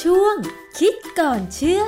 ช่วงคิดก่อนเชื่อ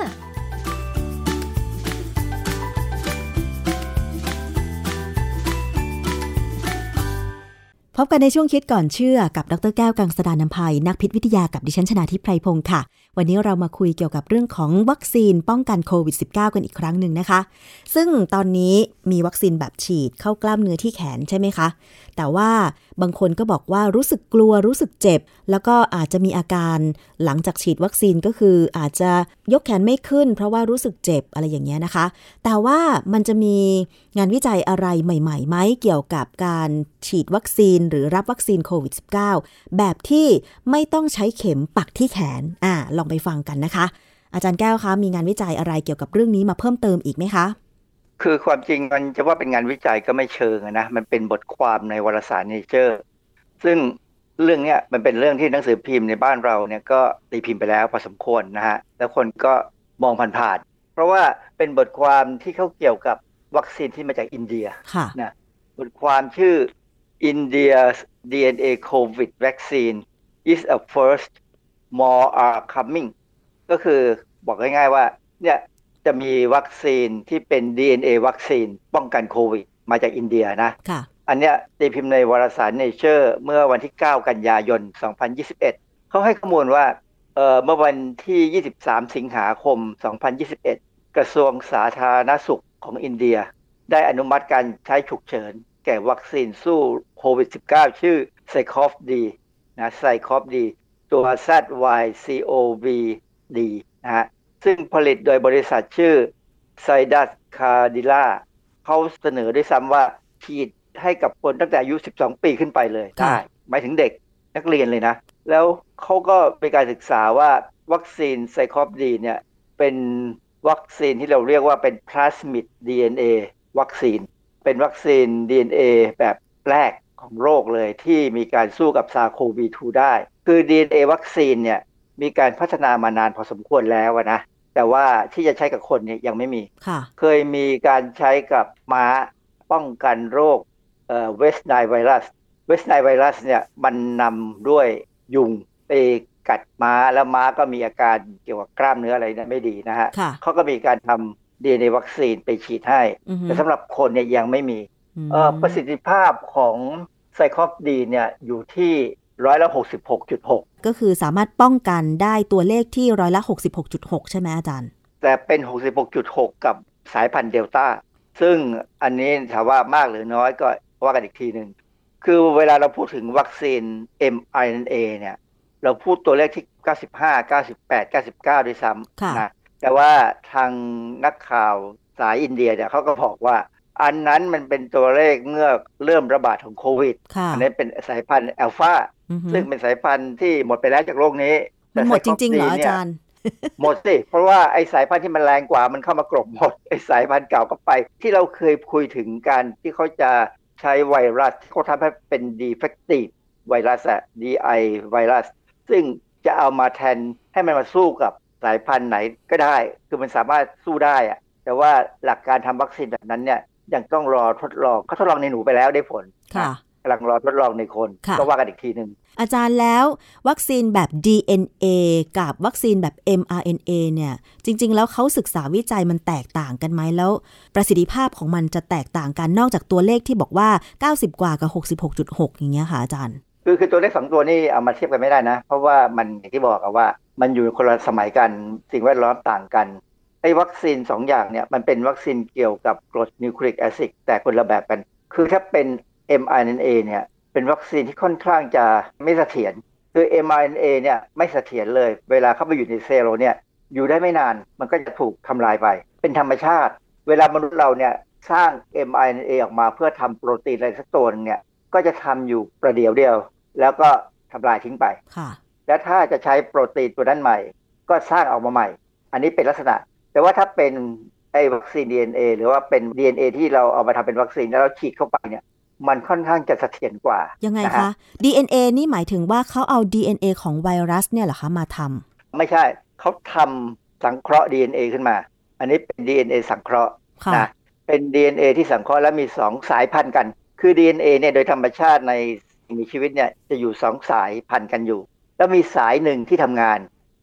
พบกันในช่วงคิดก่อนเชื่อกับดร.แก้วกังสดาลอำไพนักพิษวิทยากับดิฉันชนาธิป ไพรพงศ์ค่ะวันนี้เรามาคุยเกี่ยวกับเรื่องของวัคซีนป้องกันโควิด -19 กันอีกครั้งหนึ่งนะคะซึ่งตอนนี้มีวัคซีนแบบฉีดเข้ากล้ามเนื้อที่แขนใช่ไหมคะแต่ว่าบางคนก็บอกว่ารู้สึกกลัวรู้สึกเจ็บแล้วก็อาจจะมีอาการหลังจากฉีดวัคซีนก็คืออาจจะยกแขนไม่ขึ้นเพราะว่ารู้สึกเจ็บอะไรอย่างเงี้ยนะคะแต่ว่ามันจะมีงานวิจัยอะไรใหม่ๆไหมเกี่ยวกับการฉีดวัคซีนหรือรับวัคซีนโควิด -19 แบบที่ไม่ต้องใช้เข็มปักที่แขนลองไปฟังกันนะคะอาจารย์แก้วคะมีงานวิจัยอะไรเกี่ยวกับเรื่องนี้มาเพิ่มเติมอีกไหมคะคือความจริงมันจะว่าเป็นงานวิจัยก็ไม่เชิงนะมันเป็นบทความในวารสาร Nature ซึ่งเรื่องนี้มันเป็นเรื่องที่หนังสือพิมพ์ในบ้านเราเนี่ยก็ตีพิมพ์ไปแล้วพอสมควรนะฮะแล้วคนก็มองผ่านๆเพราะว่าเป็นบทความที่เขาเกี่ยวกับวัคซีนที่มาจากอินเดียนะบทความชื่อ India's DNA COVID Vaccine is a first more are coming ก็คือบอกง่ายๆว่าเนี่ยจะมีวัคซีนที่เป็น DNA วัคซีนป้องกันโควิดมาจากอินเดียนะอันเนี้ยตีพิมพ์ในวารสาร Nature เมื่อวันที่9กันยายน2021เขาให้ข้อมูลว่าเมื่อวันที่23สิงหาคม2021กระทรวงสาธารณสุขของอินเดียได้อนุมัติการใช้ฉุกเฉินแก่วัคซีนสู้โควิด -19 ชื่อ ZyCoV-D นะ ZyCoV-D ตัว ZyCoV-D นะฮะซึ่งผลิตโดยบริษัทชื่อ Zydus Cadila เขาเสนอด้วยซ้ำว่าฉีดให้กับคนตั้งแต่อายุ12ปีขึ้นไปเลยได้หมายถึงเด็กนักเรียนเลยนะแล้วเขาก็มีการศึกษาว่าวัคซีน ZyCoV-D เนี่ยเป็นวัคซีนที่เราเรียกว่าเป็น Plasmid DNA วัคซีนเป็นวัคซีน DNA แบบแรกของโรคเลยที่มีการสู้กับ SARS-CoV-2 ได้คือ DNA วัคซีนเนี่ยมีการพัฒนามานานพอสมควรแล้วนะแต่ว่าที่จะใช้กับคนเนี่ยยังไม่มีเคยมีการใช้กับม้าป้องกันโรคWest Nile virus West Nile virus เนี่ยมันนำด้วยยุงไปกัดม้าแล้วม้าก็มีอาการเกี่ยวกับกล้ามเนื้ออะไรเนี่ยไม่ดีนะฮะเขาก็มีการทำ DNA วัคซีนไปฉีดให้แต่สำหรับคนเนี่ยยังไม่มีประสิทธิภาพของ ZyCoV-D เนี่ยอยู่ที่66.6 ก็คือสามารถป้องกันได้ตัวเลขที่66.6 ใช่ไหมอาจารย์แต่เป็น 66.6 กับสายพันธุ์เดลต้าซึ่งอันนี้ถามว่ามากหรือน้อยก็ว่ากันอีกทีนึงคือเวลาเราพูดถึงวัคซีน mRNA เนี่ยเราพูดตัวเลขที่95 98 99ด้วยซ้ำนะแต่ว่าทางนักข่าวสายอินเดียเนี่ยเขาก็บอกว่าอันนั้นมันเป็นตัวเลขเมื่อเริ่มระบาดของโควิดอันนี้เป็นสายพันธุ์อัลฟาซึ่งเป็นสายพันธุ์ที่หมดไปแล้วจากโลกนี้มันหมดจริงๆเหรออาจารย์หมดสิเพราะว่าไอ้สายพันธุ์ที่มันแรงกว่ามันเข้ามากลบหมดไอ้สายพันธุ์เก่าก็ไปที่เราเคยคุยถึงการที่เขาจะใช้ไวรัสที่เขาทำให้เป็น defective ไวรัสDI ไวรัสซึ่งจะเอามาแทนให้มันมาสู้กับสายพันธุ์ไหนก็ได้คือมันสามารถสู้ได้อะแต่ว่าหลักการทำวัคซีนแบบนั้นเนี่ยยังต้องรอทดลองเขาทดลองในหนูไปแล้วได้ผลกำลังรอทดลองในคนก็ว่ากันอีกทีนึงอาจารย์แล้ววัคซีนแบบ DNA กับวัคซีนแบบ mRNA เนี่ยจริงๆแล้วเขาศึกษาวิจัยมันแตกต่างกันไหมแล้วประสิทธิภาพของมันจะแตกต่างกันนอกจากตัวเลขที่บอกว่า90กว่ากับ 66.6 อย่างเงี้ยค่ะอาจารย์คือตัวเลข2ตัวนี้เอามาเทียบกันไม่ได้นะเพราะว่ามันอย่างที่บอกว่ามันอยู่คนละสมัยกันสิ่งแวดล้อมต่างกันไอ้วัคซีน2อย่างเนี่ยมันเป็นวัคซีนเกี่ยวกับกรดนิวคลีอิกแอซิดแต่คนละแบบกันคือถ้าเป็น mRNA เนี่ยเป็นวัคซีนที่ค่อนข้างจะไม่เสถียรคือ mRNA เนี่ยไม่เสถียรเลยเวลาเข้าไปอยู่ในเซลล์เนี่ยอยู่ได้ไม่นานมันก็จะถูกทำลายไปเป็นธรรมชาติเวลามนุษย์เราเนี่ยสร้าง mRNA ออกมาเพื่อทำโปรตีนอะไรสักตัวนึงเนี่ยก็จะทำอยู่ประเดี๋ยวเดียวแล้วก็ทำลายทิ้งไปและถ้าจะใช้โปรตีนตัวนั้นใหม่ก็สร้างออกมาใหม่อันนี้เป็นลักษณะแต่ว่าถ้าเป็นไอ้วัคซีน DNA หรือว่าเป็น DNA ที่เราเอามาทำเป็นวัคซีนแล้วเราฉีดเข้าไปเนี่ยมันค่อนข้างจะเสถียรกว่ายังไงคะ DNA นี่หมายถึงว่าเขาเอา DNA ของไวรัสเนี่ยเหรอคะมาทำไม่ใช่เขาทำสังเคราะห์ DNA ขึ้นมาอันนี้เป็น DNA สังเคราะห์นะเป็น DNA ที่สังเคราะห์แล้วมี2สายพันธุ์กันคือ DNA เนี่ยโดยธรรมชาติในมีชีวิตเนี่ยจะอยู่2สายพันธุ์กันอยู่แล้วมีสายหนึ่งที่ทำงาน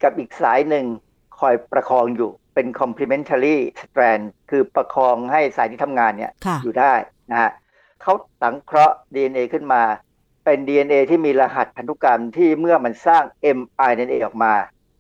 กับอีกสายหนึ่งคอยประคองอยู่เป็น complementary strand คือประคองให้สายที่ทำงานเนี่ยอยู่ได้นะฮะเขาสังเคราะห์ DNA ขึ้นมาเป็น DNA ที่มีรหัสพันธุกรรมที่เมื่อมันสร้าง mRNA ออกมา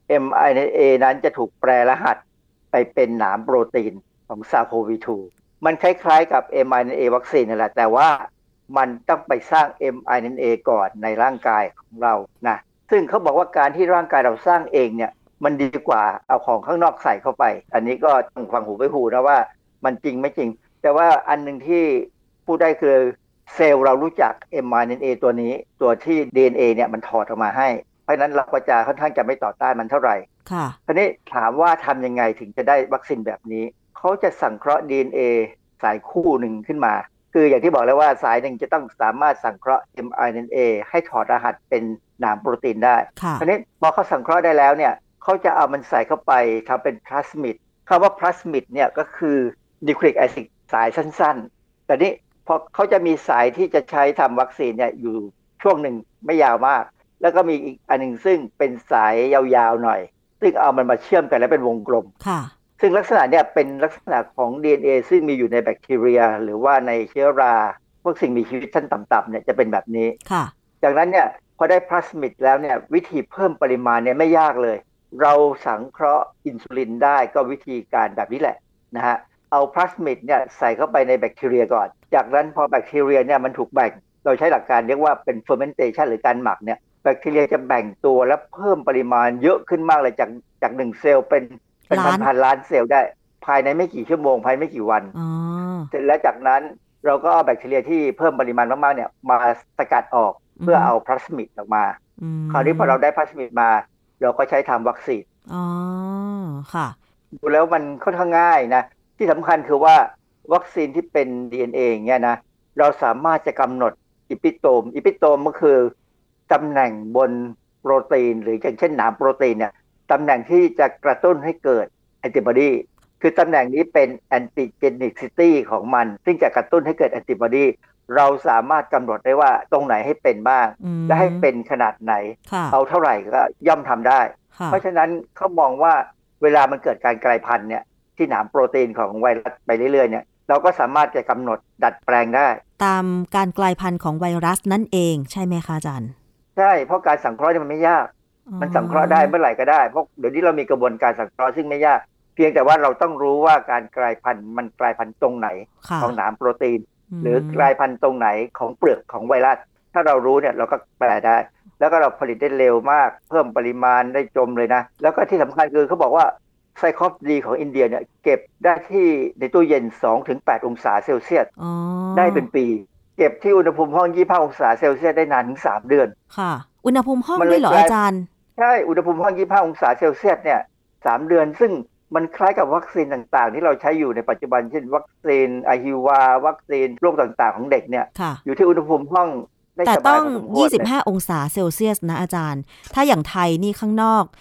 mRNA นั้นจะถูกแปลรหัสไปเป็นหนามโปรตีนของ SARS-CoV-2 มันคล้ายๆกับ mRNA วัคซีนนั่นแหละแต่ว่ามันต้องไปสร้าง mRNA ก่อนในร่างกายของเรานะซึ่งเขาบอกว่าการที่ร่างกายเราสร้างเองเนี่ยมันดีกว่าเอาของข้างนอกใส่เข้าไปอันนี้ก็ต้องฟังหูไว้หูนะว่ามันจริงไม่จริงแต่ว่าอันนึงที่พูดได้คือเซลล์เรารู้จัก mRNA ตัวนี้ตัวที่ DNA เนี่ยมันถอดออกมาให้เพราะนั้นเราก็จะค่อนข้างจะไม่ต่อต้านมันเท่าไหร่ค่ะทีนี้ถามว่าทำยังไงถึงจะได้วัคซีนแบบนี้เขาจะสังเคราะห์ DNA สายคู่หนึ่งขึ้นมาคืออย่างที่บอกแล้วว่าสายหนึ่งจะต้องสามารถสังเคราะห์ mRNA ให้ถอดรหัสเป็นหนามโปรตีนได้ทีนี้พอเขาสังเคราะห์ได้แล้วเนี่ยเขาจะเอามันใส่เข้าไปทำเป็นพลาสมิดคำว่าพลาสมิดเนี่ยก็คือนิวคลีอิกแอซิดสายสั้นๆแต่นี้พอเขาจะมีสายที่จะใช้ทำวัคซีนเนี่ยอยู่ช่วงหนึ่งไม่ยาวมากแล้วก็มีอีกอันหนึ่งซึ่งเป็นสายยาวๆหน่อยซึ่งเอามันมาเชื่อมกันแล้วเป็นวงกลมซึ่งลักษณะเนี่ยเป็นลักษณะของ DNA ซึ่งมีอยู่ในแบคทีเรียหรือว่าในเชื้อราพวกสิ่งมีชีวิตชั้นต่ำๆเนี่ยจะเป็นแบบนี้จากนั้นเนี่ยพอได้พลาสมิดแล้วเนี่ยวิธีเพิ่มปริมาณเนี่ยไม่ยากเลยเราสังเคราะห์อินซูลินได้ก็วิธีการแบบนี้แหละนะฮะเอาพลาสมิดเนี่ยใส่เข้าไปในแบคทีเรียก่อนจากนั้นพอแบคทีเรียเนี่ยมันถูกแบ่งเราใช้หลักการเรียกว่าเป็น fermentation หรือการหมักเนี่ยแบคทีเรียจะแบ่งตัวและเพิ่มปริมาณเยอะขึ้นมากเลยจาก1เซลล์เป็นพันล้านเซลล์ได้ภายในไม่กี่ชั่วโมงภายในไม่กี่วันเสร็จแล้วจากนั้นเราก็เอาแบคทีเรียที่เพิ่มปริมาณมากๆเนี่ยมาสกัดออกเพื่อเอาพลาสมิดออกมาคราวนี้พอเราได้พลาสมิดมาเราก็ใช้ทำวัคซีนค่ะดูแล้วมันค่อนข้างง่ายนะที่สำคัญคือว่าวัคซีนที่เป็น DNA อย่างเงี้ยนะเราสามารถจะกำหนดอิปิโตมก็คือตำแหน่งบนโปรตีนหรืออย่างเช่นหนามโปรตีนเนี่ยตำแหน่งที่จะกระตุ้นให้เกิดแอนติบอดีคือตำแหน่งนี้เป็นแอนติเจนิซิตี้ของมันซึ่งจะกระตุ้นให้เกิดแอนติบอดีเราสามารถกำหนดได้ว่าตรงไหนให้เป็นบ้างและให้เป็นขนาดไหนเอาเท่าไหร่ก็ย่อมทำได้เพราะฉะนั้นเขามองว่าเวลามันเกิดการกลายพันธุ์เนี่ยที่หนามโปรตีนของไวรัสไปเรื่อยๆเนี่ยเราก็สามารถจะกำหนดดัดแปลงได้ตามการกลายพันธุ์ของไวรัสนั่นเองใช่ไหมคะอาจารย์ใช่เพราะการสังเคราะห์มันไม่ยากมันสังเคราะห์ได้เมื่อไหร่ก็ได้เพราะเดี๋ยวนี้เรามีกระบวนการสังเคราะห์ซึ่งไม่ยากเพียงแต่ว่าเราต้องรู้ว่าการกลายพันธุ์มันกลายพันธุ์ตรงไหนของหนามโปรตีนหรือกลายพันธุ์ตรงไหนของเปลือกของไวรัสถ้าเรารู้เนี่ยเราก็แปลได้แล้วก็เราผลิตได้เร็วมากเพิ่มปริมาณได้จมเลยนะแล้วก็ที่สำคัญคือเขาบอกว่าไซโคลดีของอินเดียเนี่ยเก็บได้ที่ในตู้เย็น 2-8 องศาเซลเซียสได้เป็นปีเก็บที่อุณหภูมิห้อง 25 องศาเซลเซียสได้นานถึง3เดือนค่ะอุณหภูมิห้องด้วยเหรออาจารย์ใช่อุณหภูมิห้อง 25 องศาเซลเซียสเนี่ย3เดือนซึ่งมันคล้ายกับวัคซีนต่างๆที่เราใช้อยู่ในปัจจุบันเช่นวัคซีนอะฮิวาวัคซีนโรคต่างๆของเด็กเนี่ยอยู่ที่อุณหภูมิห้องแต่ต้อง25องศาเซลเซียสนะอาจารย์ถ้าอย่างไทยนี่ข้างนอก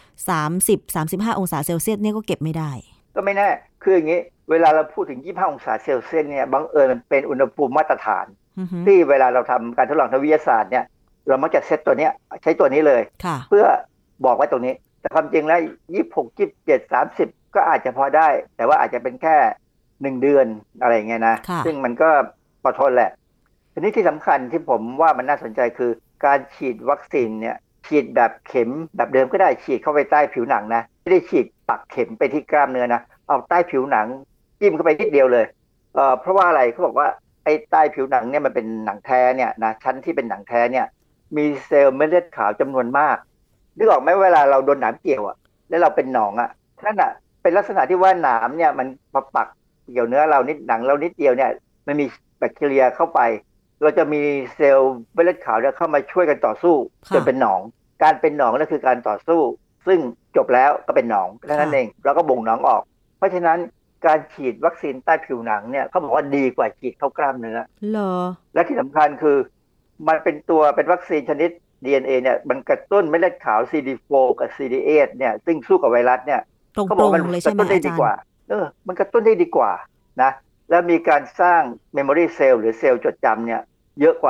30-35องศาเซลเซียสเนี่ยก็เก็บไม่ได้ก็ไม่แน่คืออย่างนี้เวลาเราพูดถึง25องศาเซลเซียสเนี่ยบังเอิญมันเป็นอุณหภูมิมาตรฐานที่เวลาเราทำการทดลองทางวิทยาศาสตร์เนี่ยเรามักจะเซตตัวนี้ใช้ตัวนี้เลยเพื่อบอกไว้ตรงนี้แต่ความจริงแล้ว26 27 30ก็อาจจะพอได้แต่ว่าอาจจะเป็นแค่1เดือนอะไรอย่างเงี้ยนะซึ่งมันก็พอทนแหละทีนี้ที่สำคัญที่ผมว่ามันน่าสนใจคือการฉีดวัคซีนเนี่ยฉีดแบบเข็มแบบเดิมก็ได้ฉีดเข้าไปใต้ผิวหนังนะไม่ได้ฉีดปักเข็มไปที่กล้ามเนื้อนะเอาใต้ผิวหนังจิ้มเข้าไปนิดเดียวเลยเพราะว่าอะไรเขาบอกว่าไอ้ใต้ผิวหนังเนี่ยมันเป็นหนังแท้เนี่ยนะชั้นที่เป็นหนังแท้เนี่ยมีเซลล์เม็ดเลือดขาวจำนวนมากนึกออกไหมเวลาเราโดนหนามเกี่ยวอ่ะแล้วเราเป็นหนองอ่ะนั่นอ่ะเป็นลักษณะที่ว่าหนามเนี่ยมันมาปักเกี่ยวเนื้อเรานิดหนังเรานิดเดียวเนี่ยมันมีแบคทีเรียเข้าไปเราจะมีเซลล์เม็ดเลือดขาวเนี่ยเข้ามาช่วยกันต่อสู้จนเป็นหนองการเป็นหนองนั่นคือการต่อสู้ซึ่งจบแล้วก็เป็นหนองแค่นั้นเองเราก็บ่งหนองออกเพราะฉะนั้นการฉีดวัคซีนใต้ผิวหนังเนี่ยเขาบอกว่าดีกว่าฉีดเข้ากล้ามเนื้อเหรอและที่สำคัญคือมันเป็นวัคซีนชนิด DNA เนี่ยมันกระตุ้นเม็ดเลือดขาว CD4 กับ CD8 เนี่ยซึ่งสู้กับไวรัสเนี่ยเขาบอกมันกระตุ้นได้ดีกว่ามันกระตุ้นได้ดีกว่านะแล้วมีการสร้าง memory cell หรือเซลล์จดจำเนี่ยเยอะกว่า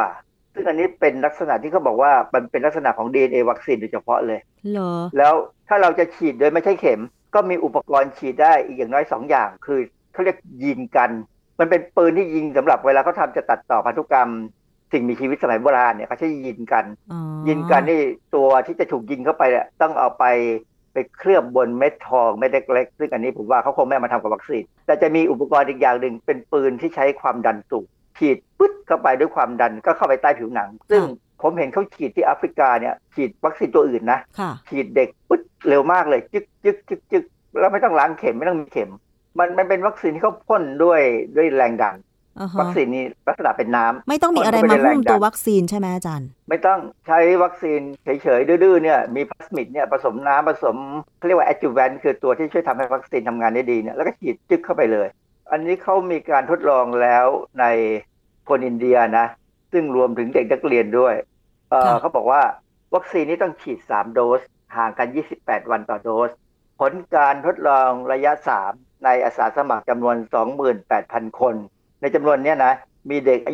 ซึ่งอันนี้เป็นลักษณะที่เขาบอกว่ามันเป็นลักษณะของ DNA วัคซีนโดยเฉพาะเลยเหรอแล้วถ้าเราจะฉีดโดยไม่ใช่เข็มก็มีอุปกรณ์ฉีดได้อีกอย่างน้อย2 อย่างคือเขาเรียกยิงกันมันเป็นปืนที่ยิงสำหรับเวลาเขาทำจะตัดต่อพันธุกรรมสิ่งมีชีวิตสมัยโบราณเนี่ยเขาใช้ยิงกันอ๋อยิงกันนี่ตัวที่จะถูกยิงเข้าไปเนี่ยต้องเอาไปเคลือบบนเม็ดทองเม็ดเล็กๆซึ่งอันนี้ผมว่าเขาคงไม่มาทำกับวัคซีนแต่จะมีอุปกรณ์อีกอย่างหนึ่งเป็นปืนที่ใช้ความดันสูงฉีดปึ๊ดเข้าไปด้วยความดันก็เข้าไปใต้ผิวหนังซึ่งผมเห็นเขาฉีดที่แอฟริกาเนี่ยฉีดวัคซีนตัวอื่นนะฉีดเด็กปึ๊ดเร็วมากเลยจึ๊กจึ๊กจึ๊กจึ๊กแล้วไม่ต้องล้างเข็มไม่ต้องมีเข็มมันเป็นวัคซีนที่เขาพ่นด้วยแรงดันวัคซีนนี้ลักษณะเป็นน้ำไม่ต้องมีอะไรมาหุ้มตัววัคซีนใช่ไหมอาจารย์ไม่ต้องใช้วัคซีนเฉยๆดื้อๆเนี่ยมีพลาสมิดเนี่ยผสมน้ำผสมเขาเรียกว่าแอดจูแวนต์คือตัวที่ช่วยทำให้วัคซีนทำงานได้ดีเนี่ยแล้วก็ฉีดจึ๊กเข้าไปเลยอันนี้เขามีการทดลองแล้วในคนอินเดียนะซึ่งรวมถึงเด็กนักเรียนด้วยเขาบอกว่าวัคซีนนี้ต้องฉีด3 โดสห่างกัน28 วันต่อโดสผลการทดลองระยะ3ในอาสาสมัครจำนวน 28,000 คนในจำนวนนี้นะมีเด็กอายุ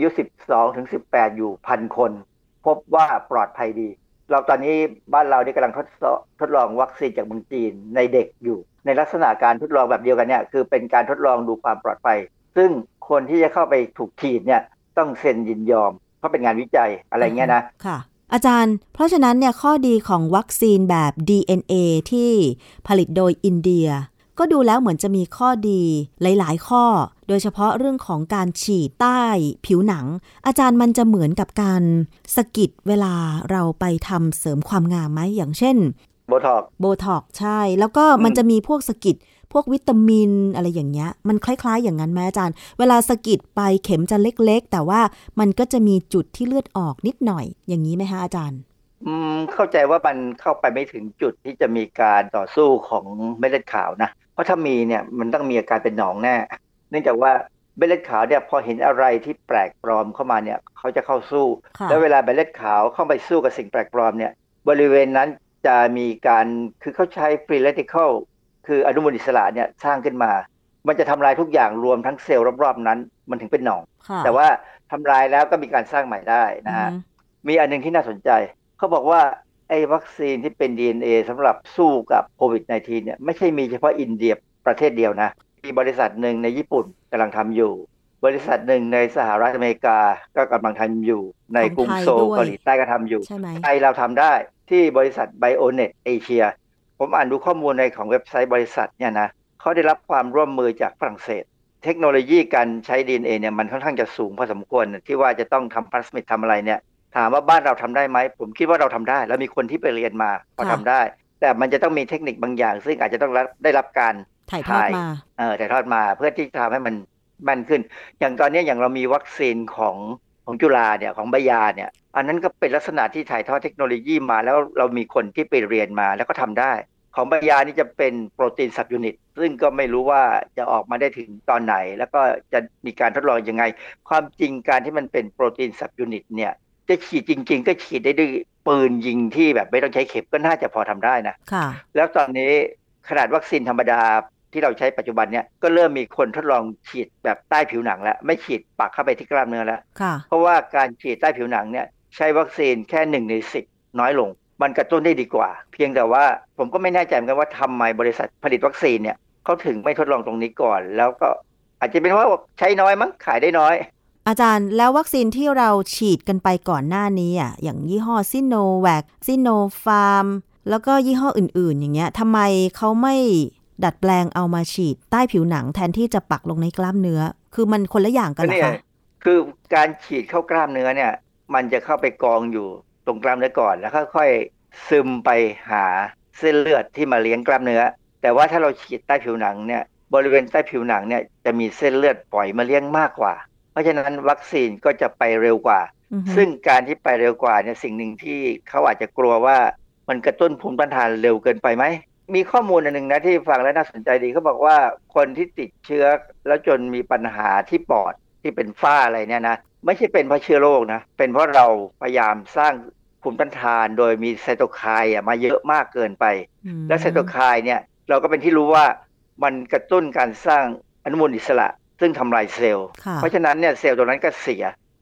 12-18 อยู่ 1,000 คนพบว่าปลอดภัยดีเราตอนนี้บ้านเรานี่กำลังทดลองวัคซีนจากเมืองจีนในเด็กอยู่ในลักษณะการทดลองแบบเดียวกันเนี่ยคือเป็นการทดลองดูความปลอดภัยซึ่งคนที่จะเข้าไปถูกฉีดเนี่ยต้องเซ็นยินยอมเพราะเป็นงานวิจัยอะไรเงี้ยนะค่ะอาจารย์เพราะฉะนั้นเนี่ยข้อดีของวัคซีนแบบ DNA ที่ผลิตโดยอินเดียก็ดูแล้วเหมือนจะมีข้อดีหลายๆข้อโดยเฉพาะเรื่องของการฉีดใต้ผิวหนังอาจารย์มันจะเหมือนกับการสะกิดเวลาเราไปทำเสริมความงามไหมอย่างเช่นโบท็อกใช่แล้วก็มันจะมีพวกสะกิดพวกวิตามินอะไรอย่างเงี้ยมันคล้ายๆอย่างนั้นไหมอาจารย์เวลาสะกิดไปเข็มจะเล็กๆแต่ว่ามันก็จะมีจุดที่เลือดออกนิดหน่อยอย่างนี้ไหมคะอาจารย์เข้าใจว่ามันเข้าไปไม่ถึงจุดที่จะมีการต่อสู้ของเม็ดเลือดขาวนะเพราะถ้ามีเนี่ยมันต้องมีอาการเป็นหนองแน่เนื่องจากว่าเม็ดเลือดขาวเนี่ยพอเห็นอะไรที่แปลกปลอมเข้ามาเนี่ยเขาจะเข้าสู้แล้วเวลาเม็ดเลือดขาวเข้าไปสู้กับสิ่งแปลกปลอมเนี่ยบริเวณนั้นจะมีการคือเขาใช้ free radical คืออนุมูลอิสระเนี่ยสร้างขึ้นมามันจะทำลายทุกอย่างรวมทั้งเซลล์รอบๆนั้นมันถึงเป็นหนองแต่ว่าทำลายแล้วก็มีการสร้างใหม่ได้นะฮะมีอันนึงที่น่าสนใจเขาบอกว่าไอ้วัคซีนที่เป็น DNA สำหรับสู้กับโควิด -19 เนี่ยไม่ใช่มีเฉพาะอินเดียประเทศเดียวนะมีบริษัทหนึ่งในญี่ปุ่นกำลังทำอยู่บริษัทหนึ่งในสหรัฐอเมริกาก็กำลังทำอยู่ในกรุงโซลเกาหลีใต้ก็ทำอยู่ไทยเราทำได้ที่บริษัท Bionet Asia ผมอ่านดูข้อมูลในของเว็บไซต์บริษัทเนี่ยนะเขาได้รับความร่วมมือจากฝรั่งเศสเทคโนโลยีการใช้ DNA เนี่ยมันค่อนข้างจะสูงพอสมควรที่ว่าจะต้องทำพลาสมิดทำอะไรเนี่ยถามว่าบ้านเราทำได้ไหมผมคิดว่าเราทำได้แล้วมีคนที่ไปเรียนมาพอทำได้แต่มันจะต้องมีเทคนิคบางอย่างซึ่งอาจจะต้องได้รับการถ่ายทอดมาเพื่อที่จะทำให้มันแม่นขึ้นอย่างตอนนี้อย่างเรามีวัคซีนของจุฬาเนี่ยของไบยาเนี่ยอันนั้นก็เป็นลักษณะที่ถ่ายทอดเทคโนโลยีมาแล้วเรามีคนที่ไปเรียนมาแล้วก็ทำได้ของไบยานี่จะเป็นโปรตีนซับยูนิตซึ่งก็ไม่รู้ว่าจะออกมาได้ถึงตอนไหนแล้วก็จะมีการทดลองยังไงความจริงการที่มันเป็นโปรตีนซับยูนิตเนี่ยจะฉีดจริงๆก็ฉีดได้ด้วยปืนยิงที่แบบไม่ต้องใช้เข็มก็น่าจะพอทำได้นะแล้วตอนนี้ขนาดวัคซีนธรรมดาที่เราใช้ปัจจุบันเนี่ยก็เริ่มมีคนทดลองฉีดแบบใต้ผิวหนังแล้วไม่ฉีดปักเข้าไปที่กล้ามเนื้อแล้วเพราะว่าการฉีดใต้ผิวหนังเนี่ยใช้วัคซีนแค่1 ใน 10น้อยลงมันกระตุ้นได้ดีกว่าเพียงแต่ว่าผมก็ไม่แน่ใจเหมือนกันว่าทำไมบริษัทผลิตวัคซีนเนี่ยเขาถึงไม่ทดลองตรงนี้ก่อนแล้วก็อาจจะเป็นว่าใช้น้อยมั้งขายได้น้อยอาจารย์แล้ววัคซีนที่เราฉีดกันไปก่อนหน้านี้อ่ะอย่างยี่ห้อซิโนแวคซิโนฟาร์มแล้วก็ยี่ห้ออื่นๆอย่างเงี้ยทำไมเขาไม่ดัดแปลงเอามาฉีดใต้ผิวหนังแทนที่จะปักลงในกล้ามเนื้อคือมันคนละอย่างกันเหรอคะคือการฉีดเข้ากล้ามเนื้อเนี่ยมันจะเข้าไปกองอยู่ตรงกล้ามเนื้อก่อนแล้วค่อยๆซึมไปหาเส้นเลือดที่มาเลี้ยงกล้ามเนื้อแต่ว่าถ้าเราฉีดใต้ผิวหนังเนี่ยบริเวณใต้ผิวหนังเนี่ยจะมีเส้นเลือดปล่อยมาเลี้ยงมากกว่าเพราะฉะนั้นวัคซีนก็จะไปเร็วกว่าซึ่งการที่ไปเร็วกว่าเนี่ยสิ่งหนึ่งที่เขาอาจจะกลัวว่ามันกระตุ้นภูมิต้านทานเร็วเกินไปไหมมีข้อมูลอันนึงนะที่ฟังแล้วน่าสนใจดีเขาบอกว่าคนที่ติดเชื้อแล้วจนมีปัญหาที่ปอดที่เป็นฝ้าอะไรเนี่ยนะไม่ใช่เป็นเพราะเชื้อโรคนะเป็นเพราะเราพยายามสร้างภูมิต้านทานโดยมีไซโตไคน์มาเยอะมากเกินไปและไซโตไคน์เนี่ยเราก็เป็นที่รู้ว่ามันกระตุ้นการสร้างอนุมูลอิสระซึ่งทำลายเซลล์เพราะฉะนั้นเนี่ยเซลล์ตัวนั้นก็เสียอ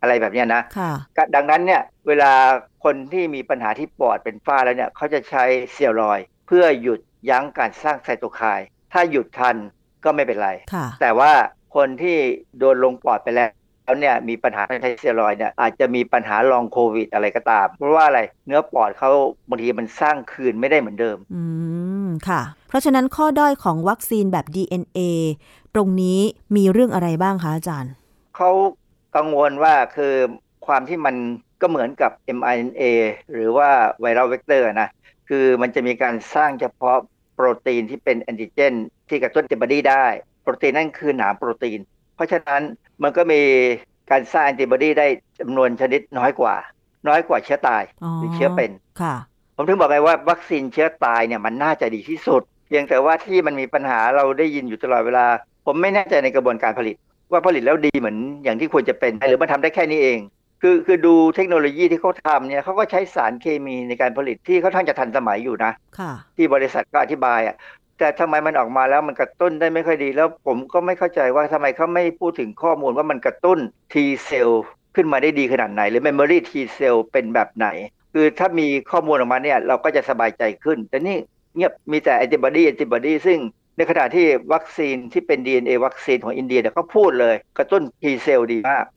อะไรแบบนี้นะดังนั้นเนี่ยเวลาคนที่มีปัญหาที่ปอดเป็นฝ้าแล้วเนี่ยเขาจะใช้สเตียรอยด์เพื่อหยุดยั้งการสร้างไซโตไคน์ถ้าหยุดทันก็ไม่เป็นไรแต่ว่าคนที่โดนลงปอดไปแล้วเนี่ยมีปัญหาทางสเตียรอยด์เนี่ยอาจจะมีปัญหาลองโควิดอะไรก็ตามเพราะว่าอะไรเนื้อปอดเขาบางทีมันสร้างคืนไม่ได้เหมือนเดิมค่ะเพราะฉะนั้นข้อด้อยของวัคซีนแบบ DNA ตรงนี้มีเรื่องอะไรบ้างคะอาจารย์เขากังวลว่าคือความที่มันก็เหมือนกับ mRNA หรือว่าไวรัลเวกเตอร์นะคือมันจะมีการสร้างเฉพาะโปรตีนที่เป็นแอนติเจนที่กระตุ้นแอนติบอดีได้โปรตีนนั่นคือหนามโปรตีนเพราะฉะนั้นมันก็มีการสร้างแอนติบอดีได้จำนวนชนิดน้อยกว่าเชื้อตายหรือเชื้อเป็นผมถึงบอกไงว่าวัคซีนเชื้อตายเนี่ยมันน่าจะดีที่สุดเพียงแต่ว่าที่มันมีปัญหาเราได้ยินอยู่ตลอดเวลาผมไม่แน่ใจในกระบวนการผลิตว่าผลิตแล้วดีเหมือนอย่างที่ควรจะเป็นหรือมันทำได้แค่นี้เองคือดูเทคโนโลยีที่เขาทำเนี่ยเขาก็ใช้สารเคมีในการผลิตที่ค่อนข้างจะทันสมัยอยู่นะที่บริษัทก็อธิบายแต่ทำไมมันออกมาแล้วมันกระตุ้นได้ไม่ค่อยดีแล้วผมก็ไม่เข้าใจว่าทำไมเขาไม่พูดถึงข้อมูลว่ามันกระตุ้น T เซลล์ขึ้นมาได้ดีขนาดไหนหรือ Memory T เซลล์เป็นแบบไหนคือถ้ามีข้อมูลออกมาเนี่ยเราก็จะสบายใจขึ้นแต่นี่เงียบมีแต่แอนติบอดีซึ่งในขณะที่วัคซีนที่เป็น DNA วัคซีนของอินเดียเนี่ยเขาพูดเลยกระตุ้น T เซลล์ดีมาก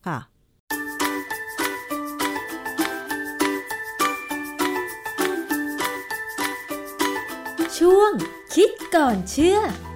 ช่วงคิดก่อนเชื่อ